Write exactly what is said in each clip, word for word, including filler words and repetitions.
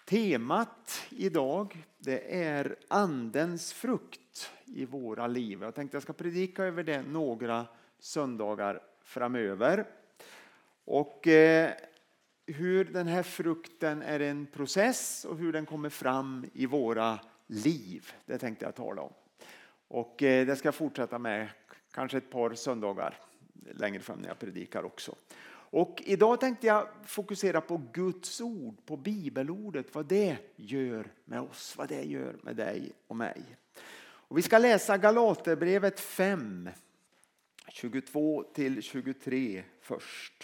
Temat idag, det är andens frukt i våra liv. Jag tänkte jag ska predika över det några söndagar framöver. Och eh, hur den här frukten är en process och hur den kommer fram i våra liv. Det tänkte jag tala om. Och eh, det ska jag fortsätta med kanske ett par söndagar längre fram när jag predikar också. Och idag tänkte jag fokusera på Guds ord, på bibelordet, vad det gör med oss, vad det gör med dig och mig. Och vi ska läsa Galaterbrevet fem, tjugotvå till tjugotre först.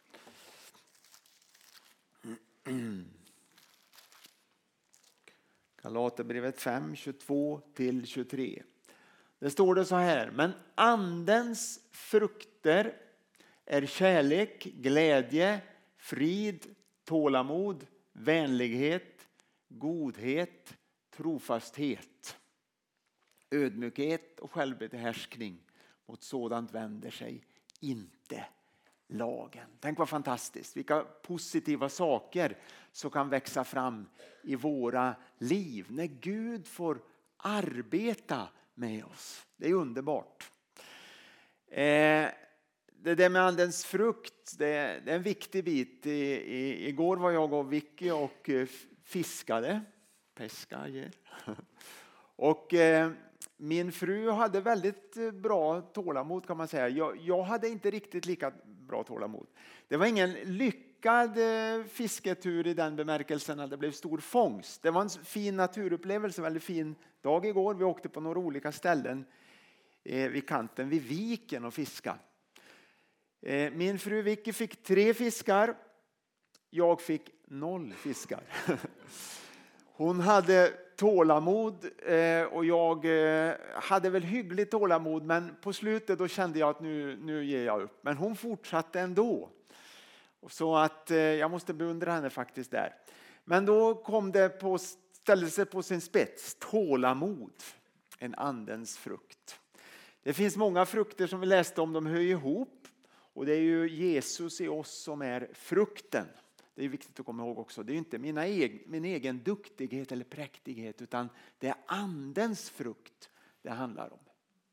Galaterbrevet fem, tjugotvå till tjugotre. Det står det så här: men andens frukter är kärlek, glädje, frid, tålamod, vänlighet, godhet, trofasthet, ödmjukhet och självbehärskning. Mot sådant vänder sig inte lagen. Tänk vad fantastiskt. Vilka positiva saker som kan växa fram i våra liv när Gud får arbeta med oss. Det är underbart. Eh, Det där med andens frukt, det är, det är en viktig bit. I, i, igår var jag och Vicky och fiskade. Pesca, och eh, min fru hade väldigt bra tålamod kan man säga. Jag, jag hade inte riktigt lika bra tålamod. Det var ingen lyckad eh, fisketur i den bemärkelsen att det blev stor fångst. Det var en fin naturupplevelse, väldigt fin dag igår. Vi åkte på några olika ställen eh, vid kanten vid viken och fiskade. Min fru Vicky fick tre fiskar. Jag fick noll fiskar. Hon hade tålamod och jag hade väl hyggligt tålamod. Men på slutet då kände jag att nu, nu ger jag upp. Men hon fortsatte ändå. Så att jag måste beundra henne faktiskt där. Men då kom det på, ställde sig på sin spets. Tålamod. En andens frukt. Det finns många frukter som vi läste om. De hör ihop. Och det är ju Jesus i oss som är frukten. Det är viktigt att komma ihåg också. Det är inte mina egen, min egen duktighet eller präktighet. Utan det är andens frukt det handlar om.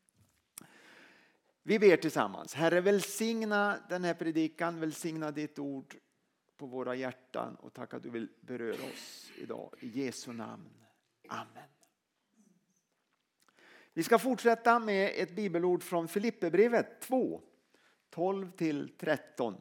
Vi ber tillsammans. Herre, välsigna den här predikan. Välsigna ditt ord på våra hjärtan. Och tack att du vill beröra oss idag. I Jesu namn. Amen. Vi ska fortsätta med ett bibelord från Filipperbrevet två. tolv till tretton.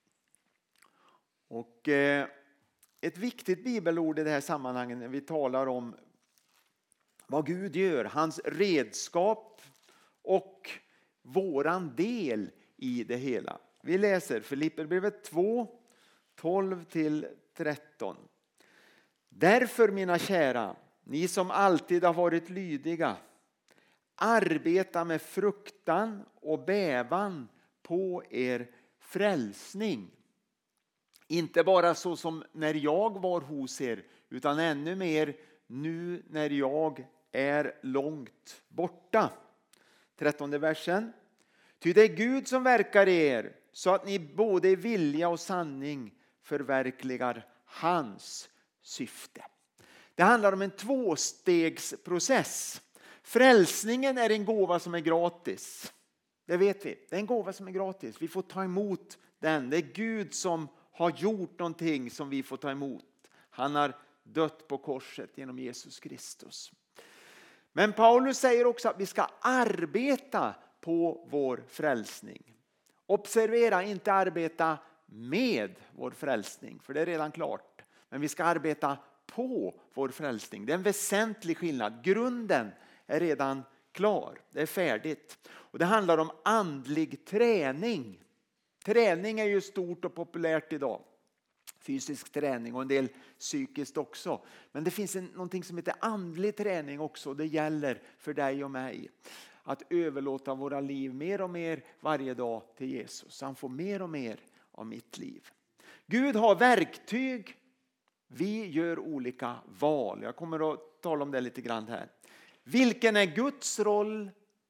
Och eh, ett viktigt bibelord i det här sammanhanget när vi talar om vad Gud gör, hans redskap och våran del i det hela. Vi läser Filipperbrevet två, tolv till tretton. Därför mina kära, ni som alltid har varit lydiga, arbeta med fruktan och bävan på er frälsning. Inte bara så som när jag var hos er, utan ännu mer nu när jag är långt borta. Trettonde versen. Ty det är Gud som verkar i er, så att ni både i vilja och sanning förverkligar hans syfte. Det handlar om en tvåstegsprocess. Frälsningen är en gåva som är gratis. Det vet vi. Det är en gåva som är gratis. Vi får ta emot den. Det är Gud som har gjort någonting som vi får ta emot. Han har dött på korset genom Jesus Kristus. Men Paulus säger också att vi ska arbeta på vår frälsning. Observera, inte arbeta med vår frälsning. För det är redan klart. Men vi ska arbeta på vår frälsning. Det är en väsentlig skillnad. Grunden är redan klar. Det är färdigt. Och det handlar om andlig träning. Träning är ju stort och populärt idag. Fysisk träning och en del psykiskt också. Men det finns en, någonting som heter andlig träning också. Det gäller för dig och mig. Att överlåta våra liv mer och mer varje dag till Jesus. Han får mer och mer av mitt liv. Gud har verktyg. Vi gör olika val. Jag kommer att tala om det lite grann här. Vilken är Guds roll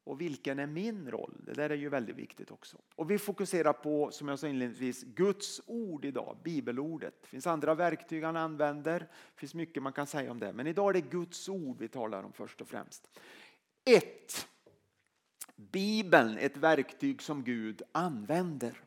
och vilken är min roll? Det där är ju väldigt viktigt också. Och vi fokuserar på, som jag sa inledningsvis, Guds ord idag, bibelordet. Det finns andra verktyg han använder, det finns mycket man kan säga om det. Men idag är det Guds ord vi talar om först och främst. Ett, Bibeln, ett verktyg som Gud använder.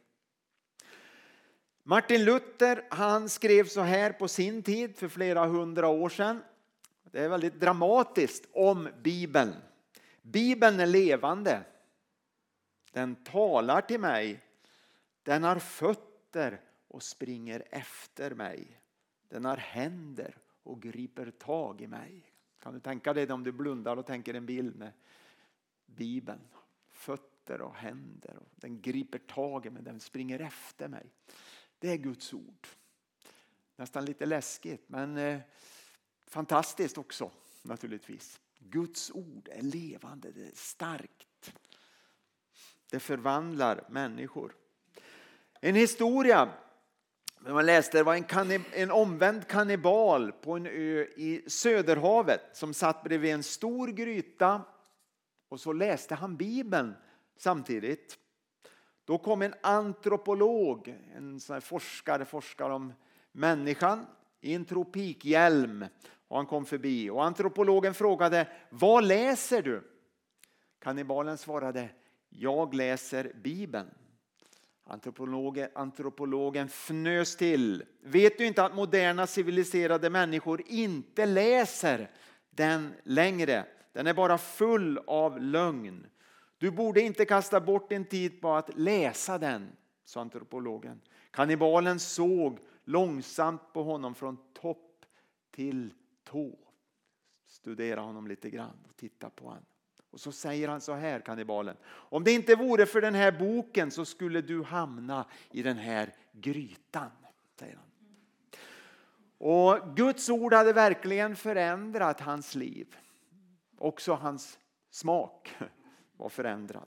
Martin Luther, han skrev så här på sin tid för flera hundra år sedan. Det är väldigt dramatiskt om Bibeln. Bibeln är levande. Den talar till mig. Den har fötter och springer efter mig. Den har händer och griper tag i mig. Kan du tänka dig om du blundar och tänker en bild med Bibeln? Fötter och händer. Och den griper tag i mig. Den springer efter mig. Det är Guds ord. Nästan lite läskigt, men eh, fantastiskt också naturligtvis. Guds ord är levande, det är starkt. Det förvandlar människor. En historia, när man läste, det var en, kannib- en omvänd kannibal på en ö i Söderhavet som satt bredvid en stor gryta, och så läste han Bibeln samtidigt. Då kom en antropolog, en sån här forskare, forskar om människan i en tropikhjälm, och han kom förbi. Och antropologen frågade: vad läser du? Kannibalen svarade: jag läser Bibeln. Antropologen, antropologen fnös till. Vet du inte att moderna civiliserade människor inte läser den längre? Den är bara full av lögn. Du borde inte kasta bort din tid på att läsa den, sa antropologen. Kannibalen såg långsamt på honom från topp till tå. Studera honom lite grann och titta på honom. Och så säger han så här, kannibalen: om det inte vore för den här boken så skulle du hamna i den här grytan, säger han. Och Guds ord hade verkligen förändrat hans liv. Också hans smak var förändrad.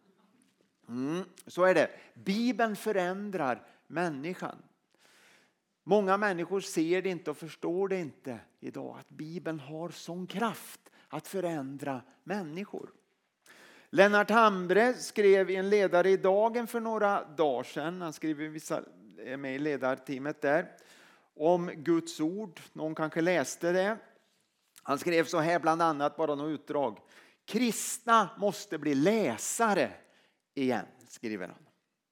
Mm, så är det. Bibeln förändrar människan. Många människor ser det inte och förstår det inte idag, att Bibeln har sån kraft att förändra människor. Lennart Hambre skrev i en ledare i Dagen för några dagar sedan, han skrev vissa, är med i ledarteamet där, om Guds ord. Någon kanske läste det. Han skrev så här, bland annat, bara några utdrag: kristna måste bli läsare igen, skriver han.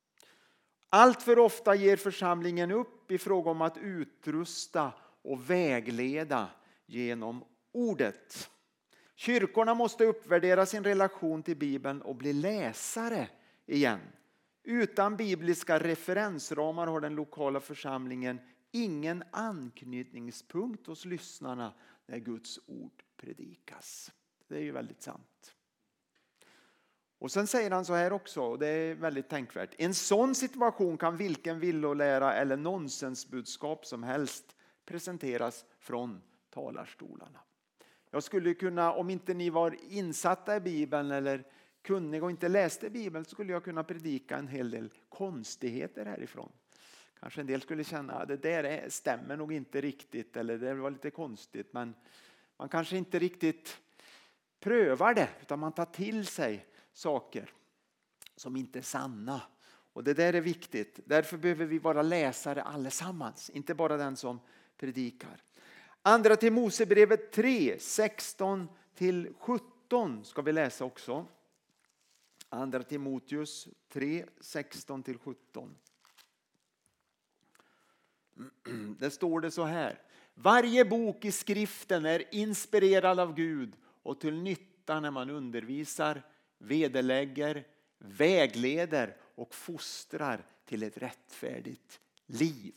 Allt för ofta ger församlingen upp i fråga om att utrusta och vägleda genom ordet. Kyrkorna måste uppvärdera sin relation till Bibeln och bli läsare igen. Utan bibliska referensramar har den lokala församlingen ingen anknytningspunkt hos lyssnarna när Guds ord predikas. Det är ju väldigt sant. Och sen säger han så här också, och det är väldigt tänkvärt: en sån situation kan vilken villolära eller nonsensbudskap som helst presenteras från talarstolarna. Jag skulle kunna, om inte ni var insatta i Bibeln eller kunniga och inte läste Bibeln, så skulle jag kunna predika en hel del konstigheter härifrån. Kanske en del skulle känna att det där stämmer nog inte riktigt, eller det var lite konstigt, men man kanske inte riktigt prövar det, utan man tar till sig saker som inte är sanna. Och det där är viktigt. Därför behöver vi vara läsare allesammans, inte bara den som predikar. Andra till Mosebrevet tre, sexton till sjutton ska vi läsa också. Andra Timoteus tre, sexton till sjutton. Där står det så här: varje bok i skriften är inspirerad av Gud och till nytta när man undervisar, vederlägger, vägleder och fostrar till ett rättfärdigt liv.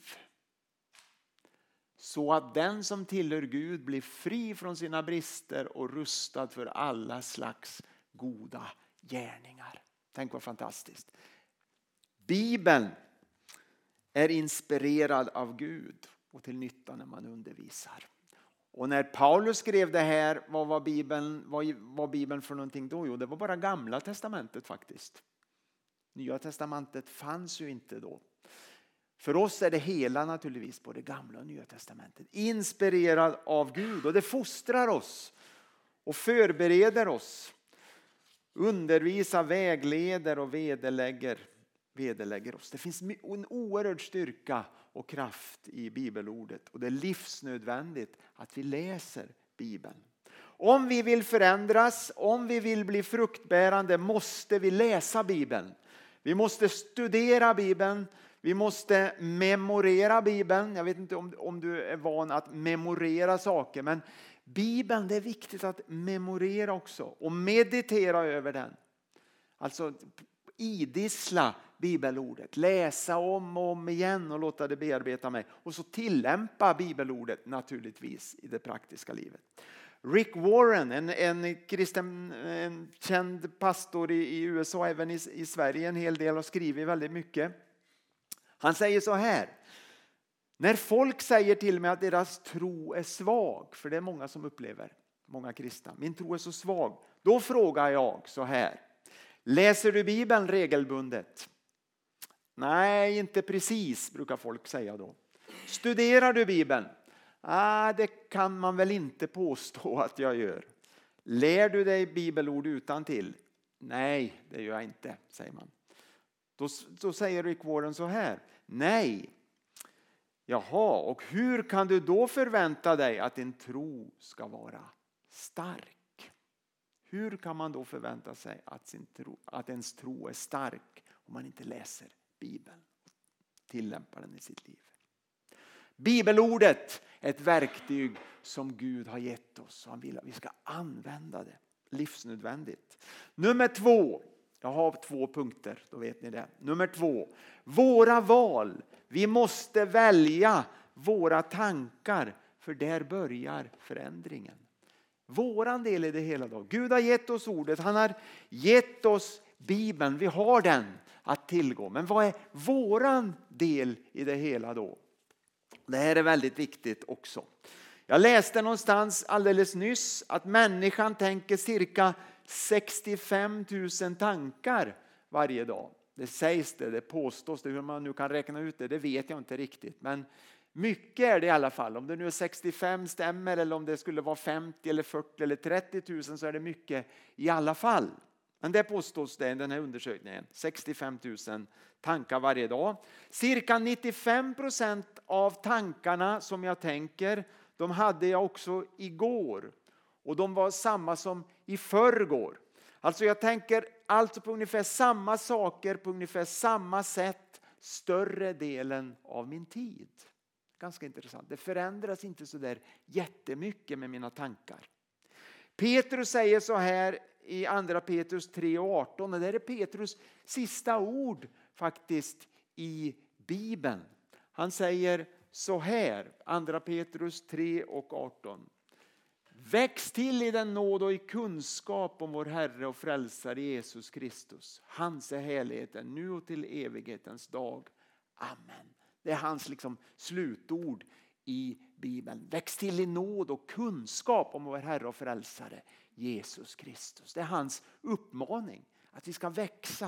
Så att den som tillhör Gud blir fri från sina brister och rustad för alla slags goda gärningar. Tänk vad fantastiskt. Bibeln är inspirerad av Gud och till nytta när man undervisar. Och när Paulus skrev det här, vad var Bibeln, vad var Bibeln för någonting då? Jo, det var bara Gamla testamentet faktiskt. Nya testamentet fanns ju inte då. För oss är det hela naturligtvis, både Gamla och Nya testamentet. Inspirerad av Gud, och det fostrar oss och förbereder oss. undervisar, vägleder och vederlägger, vederlägger oss. Det finns en oerhörd styrka och kraft i bibelordet. Och det är livsnödvändigt att vi läser Bibeln. Om vi vill förändras, om vi vill bli fruktbärande, måste vi läsa Bibeln. Vi måste studera Bibeln. Vi måste memorera Bibeln. Jag vet inte om, om du är van att memorera saker, men Bibeln, det är viktigt att memorera också och meditera över den. Alltså idissla bibelordet, läsa om och om igen och låta det bearbeta mig. Och så tillämpa bibelordet naturligtvis i det praktiska livet. Rick Warren, en, en kristen, en känd pastor i, i U S A, även i, i Sverige en hel del, har skrivit väldigt mycket. Han säger så här: när folk säger till mig att deras tro är svag, för det är många som upplever, många kristna, min tro är så svag, då frågar jag så här: läser du Bibeln regelbundet? Nej, inte precis, brukar folk säga då. Studerar du Bibeln? Ah, det kan man väl inte påstå att jag gör. Lär du dig bibelord utan till? Nej, det gör jag inte, säger man. Då, då säger Rick Warren så här: nej. Jaha, och hur kan du då förvänta dig att din tro ska vara stark? Hur kan man då förvänta sig att, sin tro, att ens tro är stark om man inte läser Bibeln och tillämpar den i sitt liv? Bibelordet är ett verktyg som Gud har gett oss och han vill att vi ska använda det. Livsnödvändigt. Nummer två. Jag har två punkter, då vet ni det. Nummer två. Våra val. Vi måste välja våra tankar, för där börjar förändringen. Våran del i det hela då. Gud har gett oss ordet. Han har gett oss Bibeln. Vi har den att tillgå. Men vad är våran del i det hela då? Det här är väldigt viktigt också. Jag läste någonstans alldeles nyss att människan tänker cirka sextiofem tusen tankar varje dag. Det sägs det, det påstås det. Hur man nu kan räkna ut det, det vet jag inte riktigt. Men mycket är det i alla fall. Om det nu är sextiofem stämmer eller om det skulle vara femtio eller fyrtio eller trettio tusen, så är det mycket i alla fall. Men det påstås det i den här undersökningen. sextiofem tusen tankar varje dag. Cirka nittiofem procent av tankarna som jag tänker, de hade jag också igår. Och de var samma som i förrgår. Alltså jag tänker alltså på ungefär samma saker på ungefär samma sätt större delen av min tid. Ganska intressant. Det förändras inte så där jättemycket med mina tankar. Petrus säger så här i andra Petrus tre och arton. Och det är Petrus sista ord faktiskt i Bibeln. Han säger så här, andra Petrus tre och arton. Väx till i den nåd och i kunskap om vår Herre och frälsare Jesus Kristus. Hans är härligheten nu och till evighetens dag. Amen. Det är hans liksom slutord i Bibeln. Väx till i nåd och kunskap om vår Herre och frälsare Jesus Kristus. Det är hans uppmaning att vi ska växa.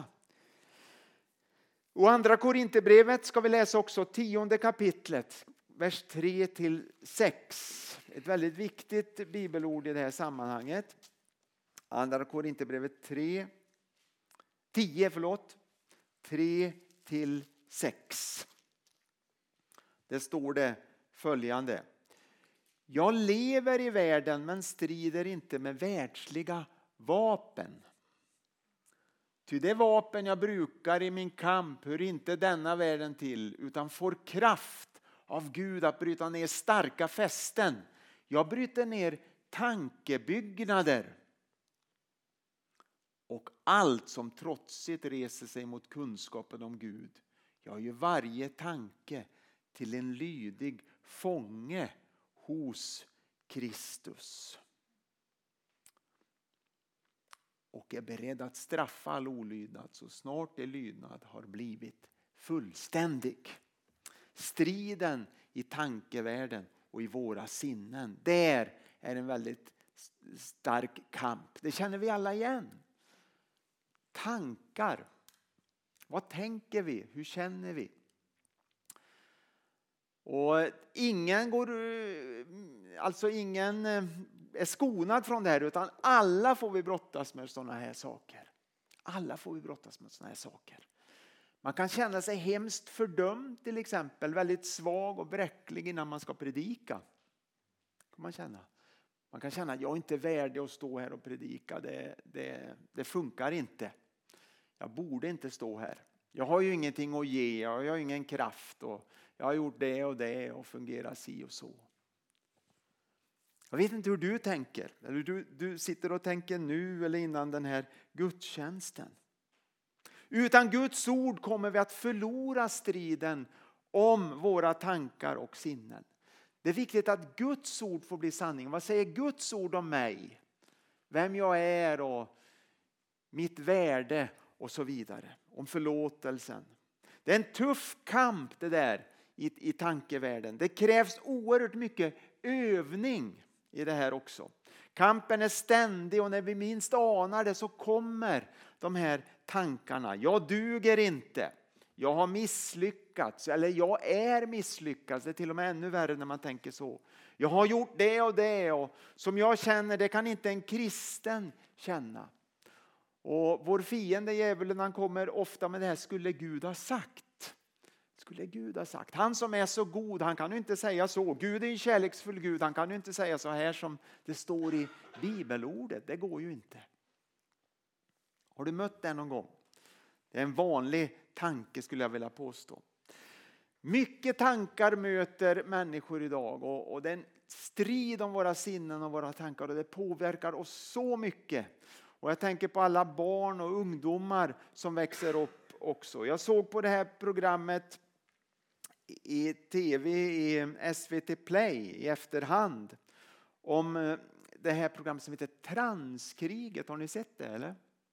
Och andra Korinthierbrevet ska vi läsa också, tionde kapitlet, vers tre till sex. Ett väldigt viktigt bibelord i det här sammanhanget. Andra Korinthierbrevet tre, tio förlåt, tre till sex. Det står det följande. Jag lever i världen men strider inte med världsliga vapen. Ty det vapen jag brukar i min kamp hör inte denna världen till, utan får kraft av Gud att bryta ner starka fästen. Jag bryter ner tankebyggnader och allt som trotsigt reser sig mot kunskapen om Gud. Jag gör varje tanke till en lydig fånge hos Kristus. Och är beredd att straffa all olydnad så snart det lydnad har blivit fullständig. Striden i tankevärlden och i våra sinnen, där är en väldigt stark kamp. Det känner vi alla igen. Tankar. Vad tänker vi? Hur känner vi? Och ingen går, alltså ingen är skonad från det här, utan alla får vi brottas med sådana här saker. Alla får vi brottas med sådana här saker. Man kan känna sig hemskt fördömd till exempel, väldigt svag och bräcklig innan man ska predika. Kan man känna. Man kan känna att jag är inte värdig att stå här och predika, det, det, det funkar inte. Jag borde inte stå här. Jag har ju ingenting att ge, jag har ingen kraft och jag har gjort det och det och fungerar si och så. Jag vet inte hur du tänker. Eller du, du sitter och tänker nu eller innan den här gudstjänsten. Utan Guds ord kommer vi att förlora striden om våra tankar och sinnen. Det är viktigt att Guds ord får bli sanning. Vad säger Guds ord om mig? Vem jag är och mitt värde och så vidare. Om förlåtelsen. Det är en tuff kamp det där i, i tankevärlden. Det krävs oerhört mycket övning i det här också. Kampen är ständig och när vi minst anar det så kommer de här tankarna. Jag duger inte. Jag har misslyckats. Eller jag är misslyckad. Det är till och med ännu värre när man tänker så. Jag har gjort det och det. Och som jag känner, det kan inte en kristen känna. Och vår fiende djävulen, han kommer ofta med det här. Skulle Gud ha sagt? Skulle Gud ha sagt? Han som är så god, han kan ju inte säga så. Gud är en kärleksfull Gud. Han kan ju inte säga så här som det står i bibelordet. Det går ju inte. Har du mött det någon gång? Det är en vanlig tanke skulle jag vilja påstå. Mycket tankar möter människor idag. Och, och det är en strid om våra sinnen och våra tankar. Och det påverkar oss så mycket. Och jag tänker på alla barn och ungdomar som växer upp också. Jag såg på det här programmet i tv i S V T Play i efterhand. Om det här programmet som heter Transkriget. Har ni sett det eller?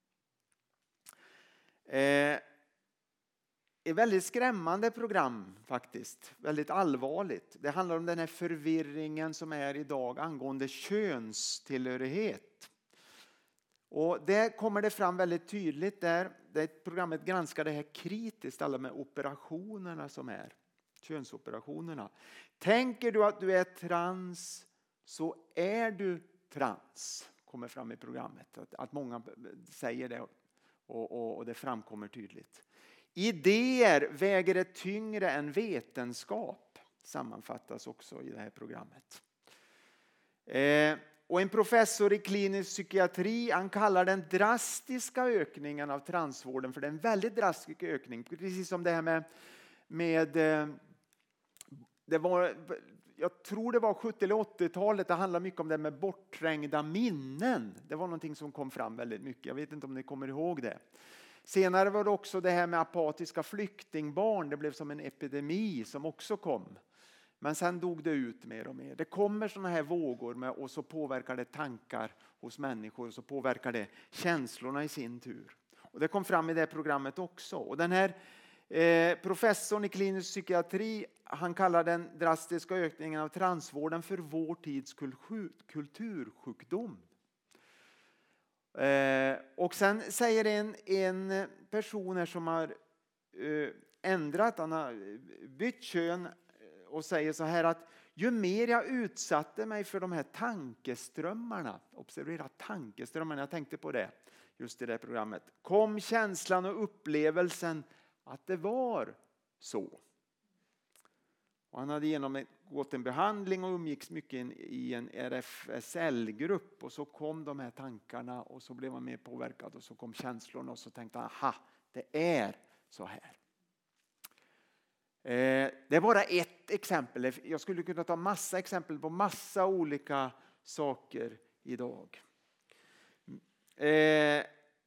Eh, ett väldigt skrämmande program faktiskt. Väldigt allvarligt. Det handlar om den här förvirringen som är idag angående könstillhörighet. Och där kommer det fram väldigt tydligt där. Det programmet granskar det här kritiskt. Alla med operationerna som är. Könsoperationerna. Tänker du att du är trans så är du trans. Kommer fram i programmet. Att, att många säger det. Och, och, och det framkommer tydligt. Idéer väger det tyngre än vetenskap. Sammanfattas också i det här programmet. Eh, och en professor i klinisk psykiatri, han kallar den drastiska ökningen av transvården för en väldigt drastisk ökning. Precis som det här med, med eh, det var, jag tror det var sjuttio- eller åttiotalet, det handlar mycket om det med bortträngda minnen. Det var någonting som kom fram väldigt mycket. Jag vet inte om ni kommer ihåg det. Senare var det också det här med apatiska flyktingbarn. Det blev som en epidemi som också kom. Men sen dog det ut mer och mer. Det kommer sådana här vågor med, och så påverkar det tankar hos människor. Och så påverkar det känslorna i sin tur. Och det kom fram i det programmet också. Och den här eh, professorn i klinisk psykiatri, han kallar den drastiska ökningen av transvården för vår tids kultursjukdom. Eh, och sen säger en, en person här som har eh, ändrat, han har bytt kön och säger så här att ju mer jag utsatte mig för de här tankeströmmarna, observera tankeströmmarna, jag tänkte på det just i det programmet, kom känslan och upplevelsen att det var så. Och han hade genomgått en behandling och umgicks mycket i en R F S L-grupp. Och så kom de här tankarna och så blev han mer påverkad. Och så kom känslorna och så tänkte han, aha, det är så här. Eh, det är bara ett exempel. Jag skulle kunna ta massa exempel på massa olika saker idag. Eh,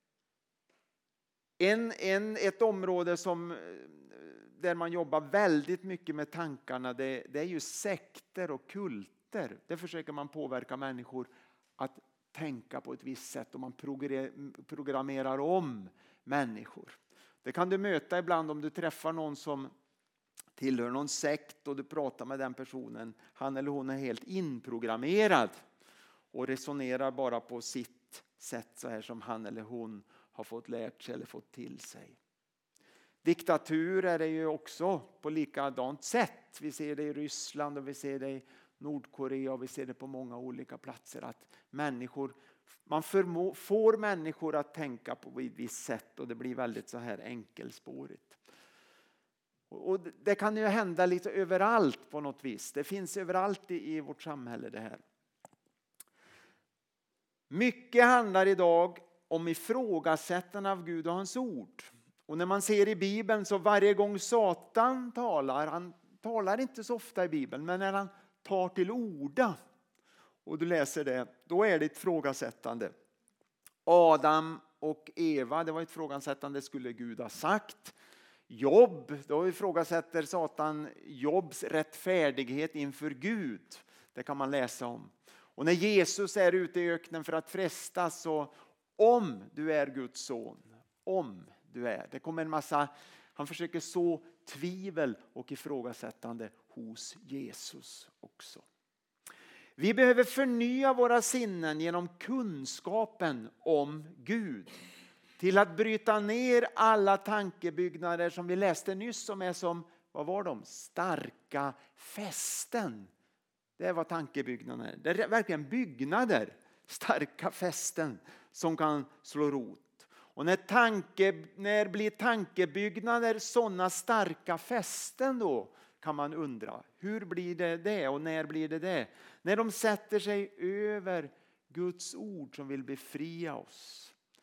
en, en, ett område som... där man jobbar väldigt mycket med tankarna, det, det är ju sekter och kulter. Det försöker man påverka människor att tänka på ett visst sätt och man programmerar om människor. Det kan du möta ibland om du träffar någon som tillhör någon sekt och du pratar med den personen. Han eller hon är helt inprogrammerad och resonerar bara på sitt sätt så här som han eller hon har fått lärt sig eller fått till sig. Diktatur är det ju också på likadant sätt. Vi ser det i Ryssland och vi ser det i Nordkorea och vi ser det på många olika platser. Att människor, man förmå, får människor att tänka på ett visst sätt och det blir väldigt så här enkelspårigt. Och det kan ju hända lite överallt på något vis. Det finns överallt i, i vårt samhälle det här. Mycket handlar idag om ifrågasättande av Gud och hans ord. Och när man ser i Bibeln så varje gång Satan talar, han talar inte så ofta i Bibeln, men när han tar till orda och du läser det, då är det ett ifrågasättande. Adam och Eva, det var ett ifrågasättande, skulle Gud ha sagt. Jobb, då ifrågasätter Satan Jobs rättfärdighet inför Gud. Det kan man läsa om. Och när Jesus är ute i öknen för att frestas, så om du är Guds son, om du är. Det kommer en massa, han försöker så tvivel och ifrågasättande hos Jesus också. Vi behöver förnya våra sinnen genom kunskapen om Gud. Till att bryta ner alla tankebyggnader som vi läste nyss, som är som, vad var de? Starka fästen. Det var tankebyggnader. Det är verkligen byggnader, starka fästen som kan slå rot. Och när, tanke, när blir tankebyggnader sådana starka fästen då, kan man undra. Hur blir det det och när blir det det? När de sätter sig över Guds ord som vill befria oss.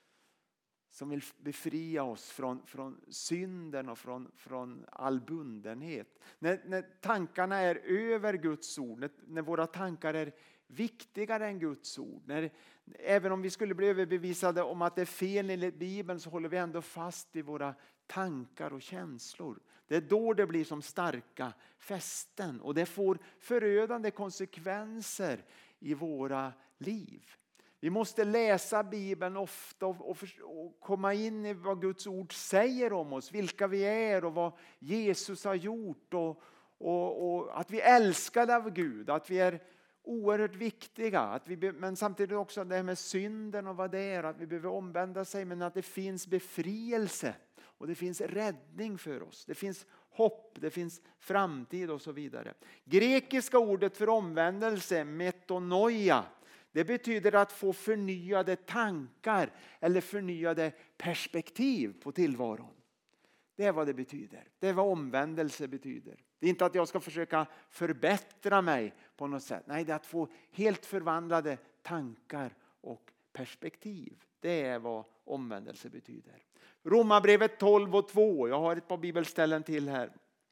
Som vill befria oss från, från synden och från, från all bundenhet. När, när tankarna är över Guds ord, när, när våra tankar är viktigare än Guds ord. När, även om vi skulle bli överbevisade om att det är fel enligt Bibeln, så håller vi ändå fast vid våra tankar och känslor. Det är då det blir som starka fästen. Och det får förödande konsekvenser i våra liv. Vi måste läsa Bibeln ofta och, och, och komma in i vad Guds ord säger om oss. Vilka vi är och vad Jesus har gjort. Och, och, och att vi är älskade av Gud. Att vi är oerhört viktiga. Att vi, men samtidigt också det här med synden och vad det är. Att vi behöver omvända sig, men att det finns befrielse. Och det finns räddning för oss. Det finns hopp, det finns framtid och så vidare. Grekiska ordet för omvändelse, metanoia. Det betyder att få förnyade tankar eller förnyade perspektiv på tillvaron. Det är vad det betyder. Det är vad omvändelse betyder. Det är inte att jag ska försöka förbättra mig på något sätt. Nej, det är att få helt förvandlade tankar och perspektiv. Det är vad omvändelse betyder. Romarbrevet tolv och två. Jag har ett par bibelställen till här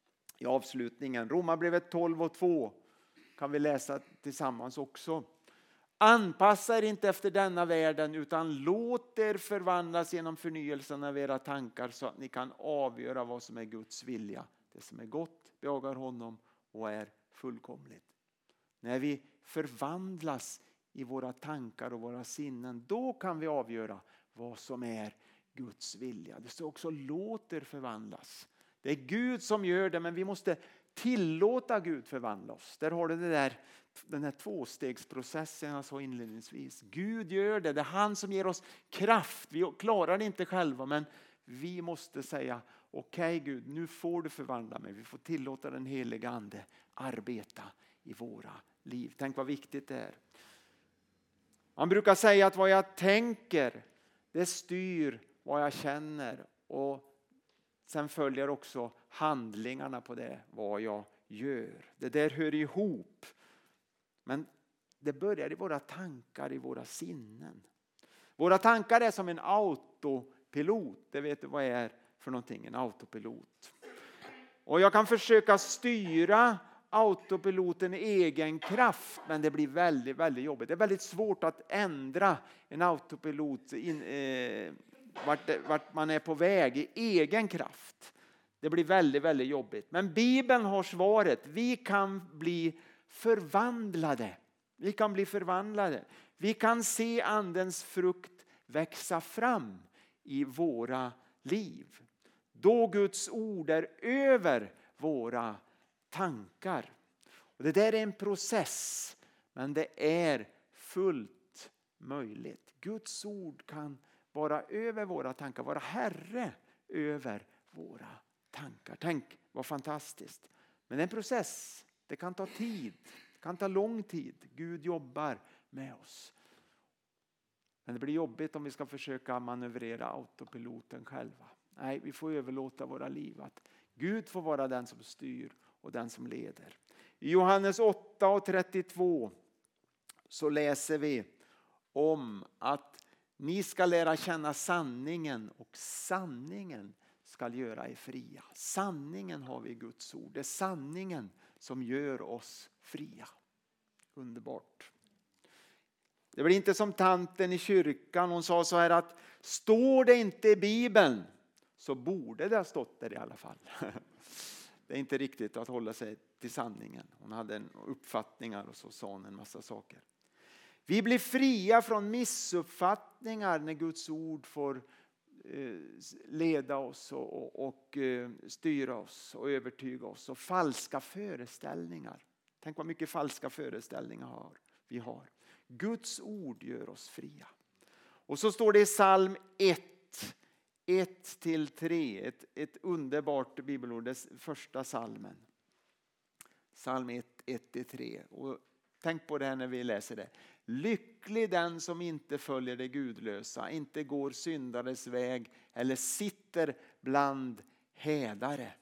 i avslutningen. Romarbrevet tolv och två kan vi läsa tillsammans också. Anpassa er inte efter denna världen, utan låt er förvandlas genom förnyelsen av era tankar, så att ni kan avgöra vad som är Guds vilja. Det som är gott behagar honom och är fullkomligt. När vi förvandlas i våra tankar och våra sinnen, då kan vi avgöra vad som är Guds vilja. Det står också låt er förvandlas. Det är Gud som gör det, men vi måste tillåta Gud förvandla oss. Där har du det där, den här tvåstegsprocessen jag sa inledningsvis. Gud gör det. Det är han som ger oss kraft. Vi klarar det inte själva, men vi måste säga okej, okay, Gud, nu får du förvandla mig. Vi får tillåta den heliga ande arbeta i våra liv. Tänk vad viktigt det är. Man brukar säga att vad jag tänker, det styr vad jag känner, och sen följer också handlingarna på det, vad jag gör. Det där hör ihop. Men det börjar i våra tankar, i våra sinnen. Våra tankar är som en autopilot. Det vet du vad är för någonting, en autopilot. Och jag kan försöka styra autopiloten i egen kraft, men det blir väldigt, väldigt jobbigt. Det är väldigt svårt att ändra en autopilot in, eh, vart, vart man är på väg i egen kraft. Det blir väldigt, väldigt jobbigt. Men Bibeln har svaret. Vi kan bli förvandlade. Vi kan bli förvandlade. Vi kan se andens frukt växa fram i våra liv. Då Guds ord är över våra tankar. Och det där är en process, men det är fullt möjligt. Guds ord kan vara över våra tankar, vara herre över våra tankar. Tänk vad fantastiskt. Men det är en process. Det kan ta tid. Det Det kan ta lång tid. Gud jobbar med oss. Men det blir jobbigt om vi ska försöka manövrera autopiloten själva. Nej, vi får överlåta våra liv. Att Gud får vara den som styr och den som leder. I Johannes åtta och trettiotvå så läser vi om att ni ska lära känna sanningen och sanningen ska göra er fria. Sanningen har vi i Guds ord. Det är sanningen som gör oss fria. Underbart. Det blir inte som tanten i kyrkan. Hon sa så här att står det inte i Bibeln så borde det ha stått där i alla fall. Det är inte riktigt att hålla sig till sanningen. Hon hade en uppfattningar och så sa hon en massa saker. Vi blir fria från missuppfattningar när Guds ord får leda oss och, och, och styra oss och övertyga oss. Och falska föreställningar. Tänk vad mycket falska föreställningar har, vi har. Guds ord gör oss fria. Och så står det i psalm ett, ett till tre. Ett, ett underbart bibelord, det första psalmen. Psalm ett, ett till tre. Och tänk på det här när vi läser det. Lycklig den som inte följer det gudlösa, inte går syndares väg eller sitter bland hädare.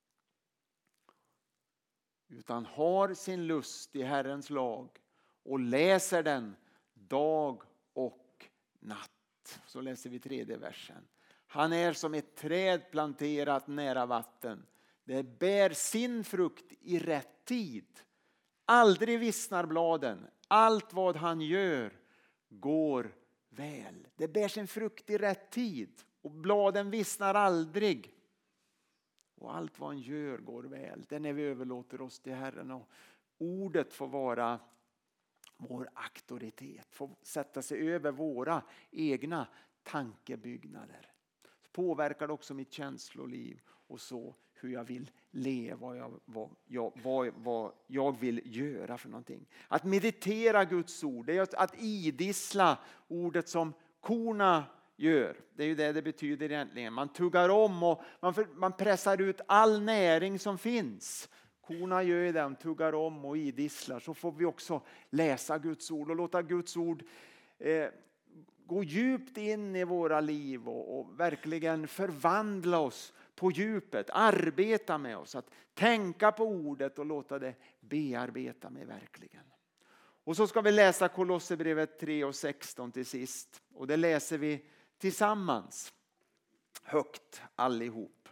Utan har sin lust i Herrens lag och läser den dag och natt. Så läser vi tredje versen. Han är som ett träd planterat nära vatten. Det bär sin frukt i rätt tid. Aldrig vissnar bladen. Allt vad han gör går väl. Det bär sin frukt i rätt tid. Och bladen vissnar aldrig. Och allt vad han gör går väl. Det är när vi överlåter oss till Herren. Och ordet får vara vår auktoritet. Får sätta sig över våra egna tankebyggnader. Påverkar också mitt känsloliv. Och så hur jag vill leva. Vad jag, vad, jag, vad, vad jag vill göra för någonting. Att meditera Guds ord. Det är att idissla ordet som korna gör. Det är ju det det betyder egentligen. Man tuggar om och man, för, man pressar ut all näring som finns. Korna gör ju det, de tuggar om och idisslar. Så får vi också läsa Guds ord och låta Guds ord eh, gå djupt in i våra liv och, och verkligen förvandla oss på djupet. Arbeta med oss, att tänka på ordet och låta det bearbeta mig verkligen. Och så ska vi läsa Kolosserbrevet tre och sexton till sist. Och det läser vi tillsammans. Högt allihop.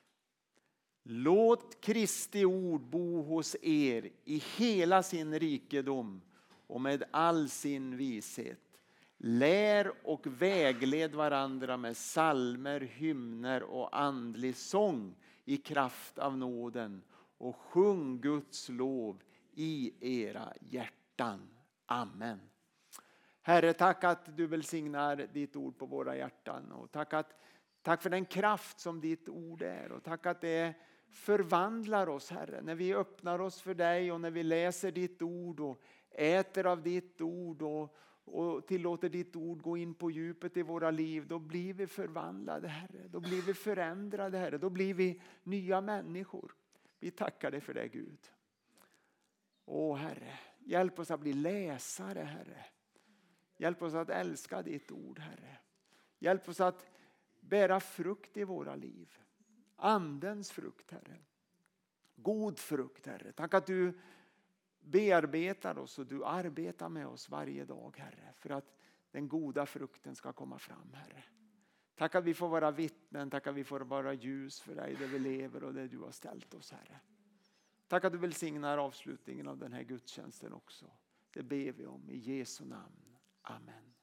Låt Kristi ord bo hos er i hela sin rikedom och med all sin vishet. Lär och vägled varandra med salmer, hymner och andlig sång i kraft av nåden. Och sjung Guds lov i era hjärtan. Amen. Herre, tack att du välsignar ditt ord på våra hjärtan. Och tack, att, tack för den kraft som ditt ord är. Och tack att det förvandlar oss, Herre. När vi öppnar oss för dig och när vi läser ditt ord och äter av ditt ord och, och tillåter ditt ord gå in på djupet i våra liv. Då blir vi förvandlade, Herre. Då blir vi förändrade, Herre. Då blir vi nya människor. Vi tackar dig för det, Gud. Åh, Herre. Hjälp oss att bli läsare, Herre. Hjälp oss att älska ditt ord, Herre. Hjälp oss att bära frukt i våra liv. Andens frukt, Herre. God frukt, Herre. Tack att du bearbetar oss och du arbetar med oss varje dag, Herre. För att den goda frukten ska komma fram, Herre. Tack att vi får vara vittnen. Tack att vi får vara ljus för dig där vi lever och där du har ställt oss, Herre. Tack att du välsignar avslutningen av den här gudstjänsten också. Det ber vi om i Jesu namn. Amen.